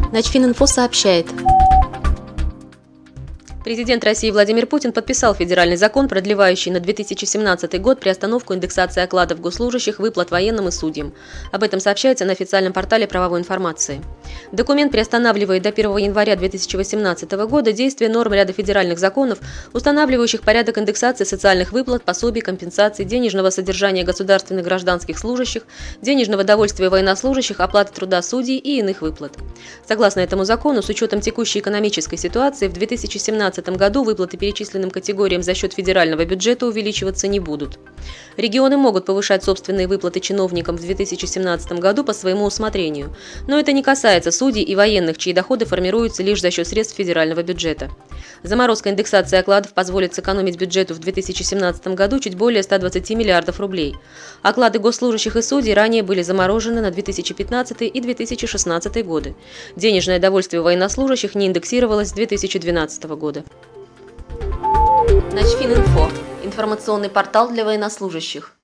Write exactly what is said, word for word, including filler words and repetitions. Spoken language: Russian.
Начфининфо сообщает. Президент России Владимир Путин подписал федеральный закон, продлевающий на две тысячи семнадцатый год приостановку индексации окладов госслужащих, выплат военным и судьям. Об этом сообщается на официальном портале правовой информации. Документ приостанавливает до первого января две тысячи восемнадцатого года действие норм ряда федеральных законов, устанавливающих порядок индексации социальных выплат, пособий, компенсаций, денежного содержания государственных гражданских служащих, денежного довольствия военнослужащих, оплаты труда судей и иных выплат. Согласно этому закону, с учетом текущей экономической ситуации, в две тысячи семнадцатом году выплаты перечисленным категориям за счет федерального бюджета увеличиваться не будут. Регионы могут повышать собственные выплаты чиновникам в две тысячи семнадцатом году по своему усмотрению, но это не касается судей и военных, чьи доходы формируются лишь за счет средств федерального бюджета. Заморозка индексации окладов позволит сэкономить бюджету в две тысячи семнадцатом году чуть более ста двадцати миллиардов рублей. Оклады госслужащих и судей ранее были заморожены на две тысячи пятнадцатый и две тысячи шестнадцатый годы. Денежное довольствие военнослужащих не индексировалось с две тысячи двенадцатого года. Начфининфо – информационный портал для военнослужащих.